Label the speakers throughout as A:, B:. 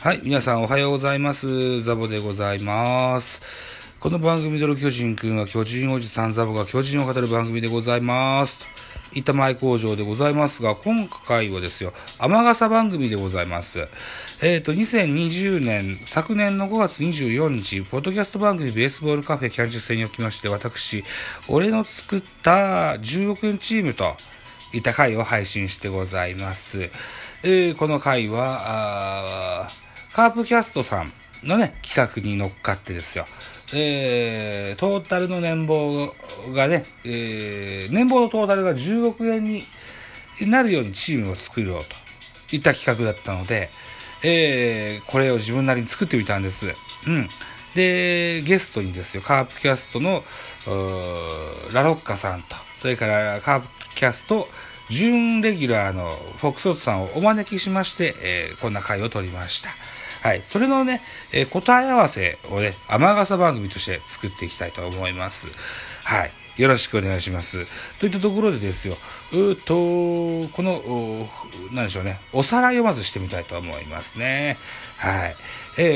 A: はい、皆さんおはようございます。ザボでございます。この番組ドル巨人くんは巨人おじさんザボが巨人を語る番組でございます。と板前工場でございますが、今回はですよ、雨傘番組でございます。2020年、昨年の5月24日、ポッドキャスト番組ベースボールカフェキャンチ戦におきまして、私、俺の作った10億円チームといった回を配信してございます。この回は、カープキャストさんのね、企画に乗っかってですよ。トータルの年俸がね、年俸のトータルが10億円になるようにチームを作ろうといった企画だったので、これを自分なりに作ってみたんです。で、ゲストにですよ、カープキャストのラロッカさんと、それからカープキャスト準レギュラーのフォックスオートさんをお招きしまして、こんな回を取りました。はい。それのね、答え合わせをね、雨傘番組として作っていきたいと思います。はい。よろしくお願いします。といったところでですよ、この、なんでしょうね、おさらいをまずしてみたいと思いますね。はい。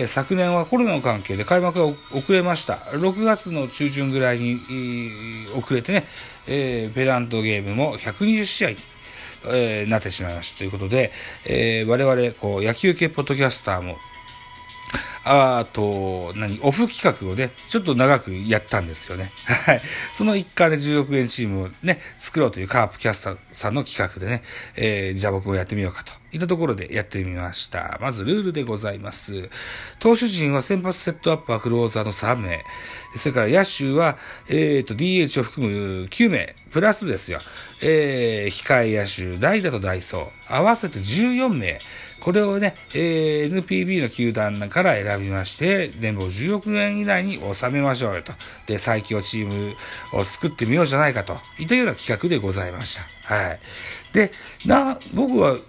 A: 昨年はコロナの関係で開幕が遅れました。6月の中旬ぐらいに、遅れてね、ペナントゲームも120試合になってしまいましたということで、我々、野球系ポッドキャスターも、オフ企画をね、ちょっと長くやったんですよね。はい。その一環で10億円チームをね、作ろうというカープキャスターさんの企画でね、じゃあ僕もやってみようかといったところでやってみました。まずルールでございます。投手陣は先発セットアップはクローザーの3名。それから野手は、DH を含む9名。プラスですよ。控え野手、代打と代走。合わせて14名。これをね、NPB の球団から選びまして、年俸10億円以内に収めましょうよと。で、最強チームを作ってみようじゃないかと。いったような企画でございました。はい。で、僕は、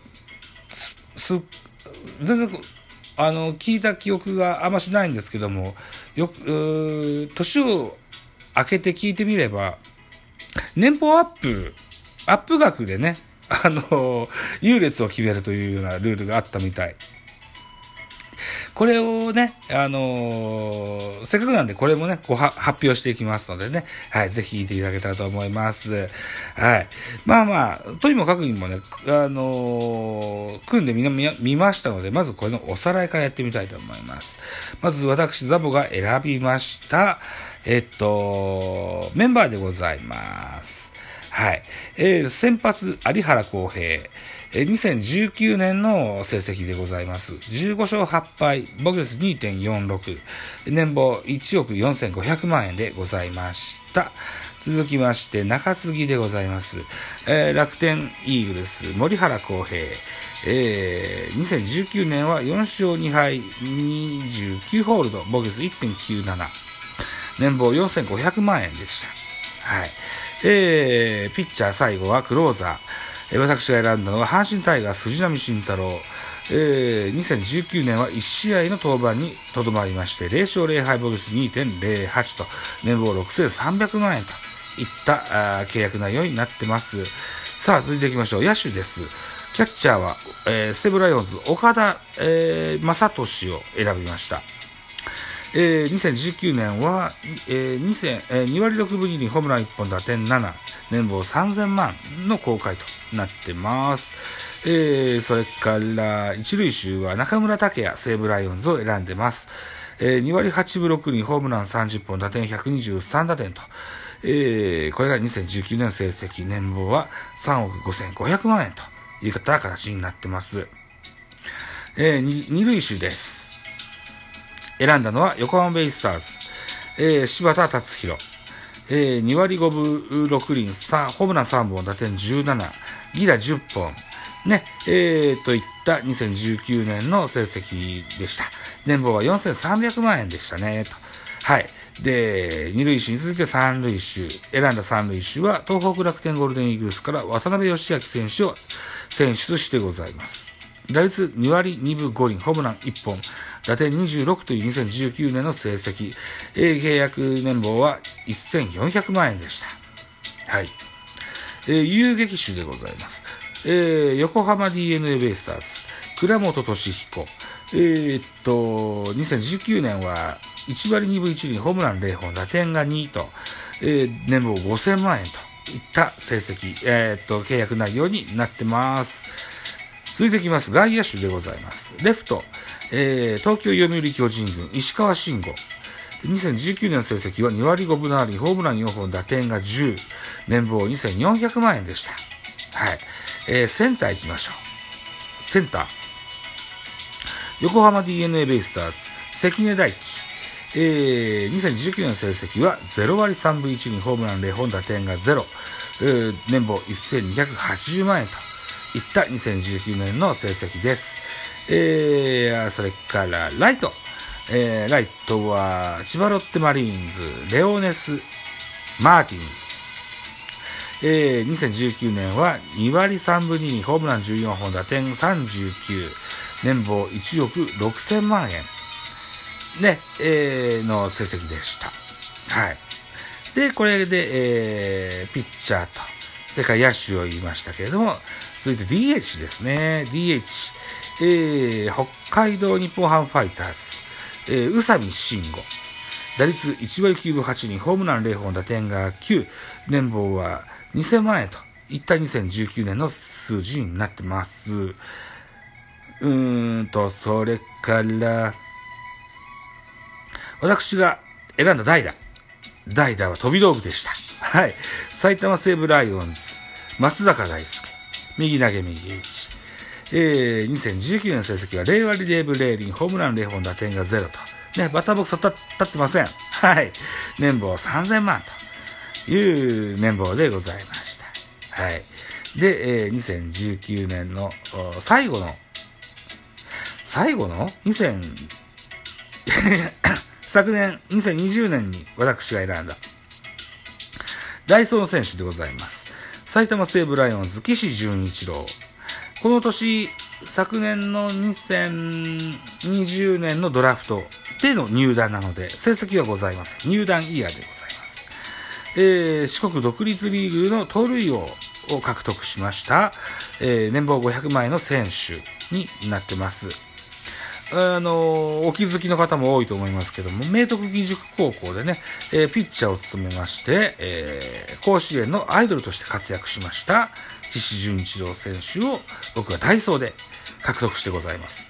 A: 全然、聞いた記憶があんましないんですけども、年を明けて聞いてみれば、年俸アップ額でね、優劣を決めるというようなルールがあったみたい。これをね、せっかくなんでこれもね、発表していきますのでね、はい、ぜひ聞いていただけたらと思います。はい。とにもかくにもね、組んで見ましたので、まずこれのおさらいからやってみたいと思います。まず私、ザボが選びました、メンバーでございます。はい。先発、有原康平。2019年の成績でございます。15勝8敗、防御率 2.46、年俸1億4500万円でございました。続きまして、中継ぎでございます。楽天イーグルス、森原康平。2019年は4勝2敗、29ホールド、防御率 1.97、年俸4500万円でした。はい。ピッチャー最後はクローザー。私が選んだのは阪神タイガース藤浪晋太郎。2019年は1試合の登板にとどまりまして、0勝0敗防御率 2.08 と、年俸6300万円といった契約内容になってます。さあ、続いていきましょう。野手です。キャッチャーは、西武ライオンズ岡田、正俊を選びました。2019年は、2割6分2厘、ホームラン1本、打点7、年俸3000万の公開となってます。それから一塁手は中村剛也、西武ライオンズを選んでます。2割8分6厘、ホームラン30本、打点123打点と、これが2019年成績、年俸は3億5500万円という形になってます。二塁手です。選んだのは横浜ベイスターズ、柴田達弘、2割5分6厘、ホームラン3本、打点17、犠打10本、ね、といった2019年の成績でした。年俸は4300万円でしたね、と。はい。で、二塁手に続き三塁手、選んだ三塁手は東北楽天ゴールデンイーグルスから渡辺義明選手を選出してございます。打率2割2分5厘、ホームラン1本、打点26という2019年の成績、契約年俸は1400万円でした。はい。遊撃手でございます。横浜 DNA ベイスターズ、倉本俊彦、 2019年は1割2分1厘、ホームラン0本、打点が2と、年俸5000万円といった成績、契約内容になってます。続いていきます。外野手でございます。レフト、東京読売巨人軍、石川慎吾。2019年の成績は2割5分7厘、ホームラン4本、打点が10、年俸2400万円でした。はい。センター行きましょう。センター。横浜 DNA ベイスターズ、関根大輝。2019年の成績は0割3分1厘、ホームラン0本、打点が0、年俸1280万円といった2019年の成績です。それからライト。ライトは千葉ロッテマリーンズ、レオネス・マーティン。2019年は2割3分2厘、ホームラン14本、打点39、年俸1億6000万円。ね、の成績でした。はい。で、これで、ピッチャーと、それから野手を言いましたけれども、続いて DH ですね。DH。北海道日本ハムファイターズ、宇佐美慎吾。打率1割9分8厘、ホームラン0本、打点が9、年俸は2000万円といった2019年の数字になってます。それから、私が選んだ代打は飛び道具でした。はい。埼玉西武ライオンズ、松坂大輔。右投げ右打ち。2019年の成績は0割0分0厘、ホームラン0本、打点が0と。ね、バッターボックス立ってません。はい。年俸3000万という年俸でございました。はい。で、2019年の最後の昨年2020年に私が選んだダイソー選手でございます。埼玉西武ライオンズ、岸潤一郎。この年、昨年の2020年のドラフトでの入団なので、成績はございません。入団イヤーでございます。四国独立リーグの盗塁王を獲得しました、年俸500万円の選手になってます。お気づきの方も多いと思いますけども、明徳義塾高校でね、ピッチャーを務めまして、甲子園のアイドルとして活躍しました岸潤一郎選手を僕はダイソーで獲得してございます。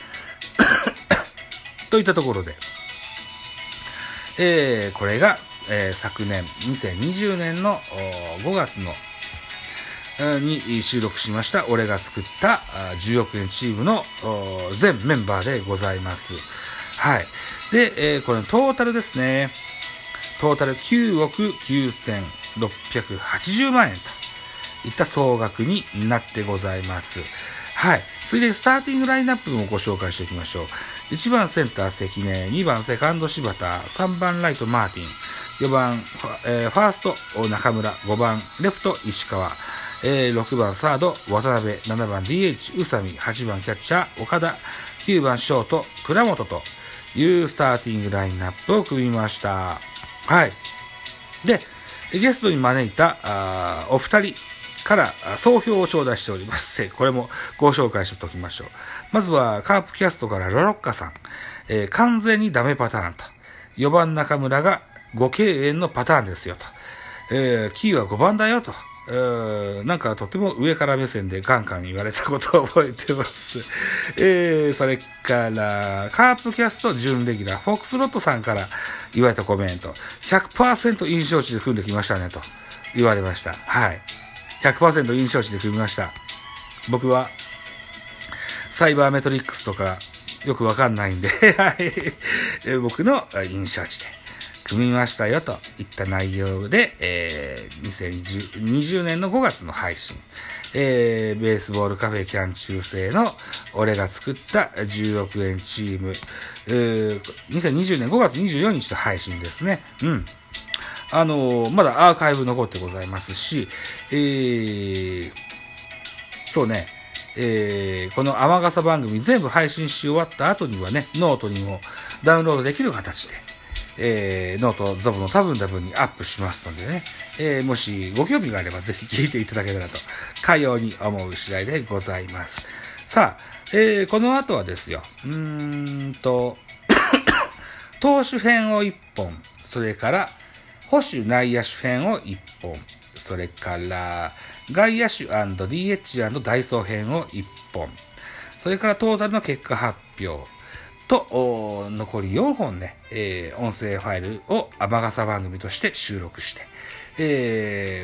A: といったところで、これが、昨年2020年の5月のに収録しました俺が作った10億円チームの全メンバーでございます。はい。で、これトータルですね。トータル9億9680万円といった総額になってございます。はい。次でスターティングラインナップもご紹介しておきましょう。1番センター関根、2番セカンド柴田、3番ライトマーティン、4番ファースト中村、5番レフト石川、6番サード渡辺、7番 DH 宇佐美、8番キャッチャー岡田、9番ショート倉本というスターティングラインナップを組みました。はい。で、ゲストに招いたお二人から総評を頂戴しております。これもご紹介しておきましょう。まずはカープキャストからラロッカさん、完全にダメパターンと、4番中村が5敬遠のパターンですよと、キーは5番だよと、なんかとても上から目線でガンガン言われたことを覚えてます。それからカープキャスト準レギュラーフォックスロットさんから言われたコメント、 100% 印象値で組んできましたねと言われました。はい。100% 印象値で組みました。僕はサイバーメトリックスとかよくわかんないんで僕の印象値で組みましたよといった内容で、2020年の5月の配信、ベースボールカフェキャン中世の俺が作った10億円チーム、2020年5月24日の配信ですね。うん。まだアーカイブ残ってございますし、そうね、この雨傘番組全部配信し終わった後にはね、ノートにもダウンロードできる形で、ノートザボの多分にアップしますのでね、もしご興味があればぜひ聞いていただけたらとかように思う次第でございます。 さあ、この後はですよ、投手編を1本、それから捕手内野手編を1本、それから外野手 &DH& ダイソー編を1本、それからトータルの結果発表と残り4本ね、音声ファイルを雨傘番組として収録して、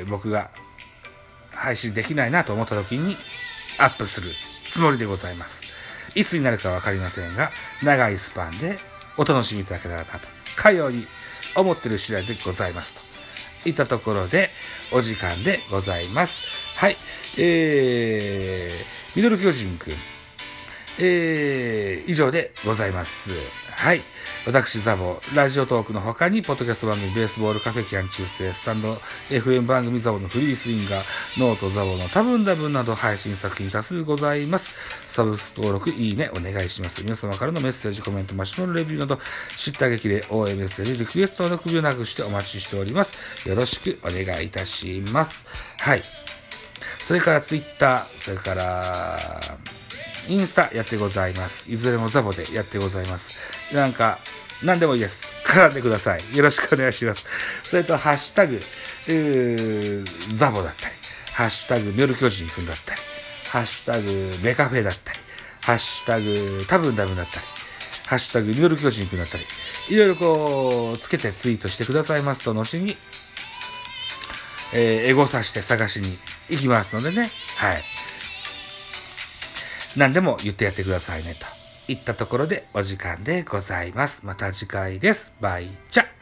A: 僕が配信できないなと思った時にアップするつもりでございます。いつになるかわかりませんが、長いスパンでお楽しみいただけたらなと、かように思ってる次第でございますといったところでお時間でございます。はい、ミドル巨人くん、以上でございます。はい。私、ザボ、ラジオトークの他に、ポッドキャスト番組、ベースボールカフェキャン中世、スタンド、FM 番組ザボのフリースインガー、ノートザボの多分多分など配信作品多数ございます。サブス登録、いいね、お願いします。皆様からのメッセージ、コメント、マシュマロレビューなど、知った激励、応援メッセージ、リクエストの首をなくしてお待ちしております。よろしくお願いいたします。はい。それからツイッター、それから、インスタやってございます。いずれもザボでやってございます。何でもいいです。絡んでください。よろしくお願いします。それと、ハッシュタグ、ザボだったり、ハッシュタグ、ミョル巨人くんだったり、ハッシュタグ、メカフェだったり、ハッシュタグ、多分ダムだったり、ハッシュタグ、ミョル巨人くんだったり、いろいろこう、つけてツイートしてくださいますと、後に、エゴサして探しに行きますのでね。はい。何でも言ってやってくださいねといったところでお時間でございます。また次回です。バイチャ。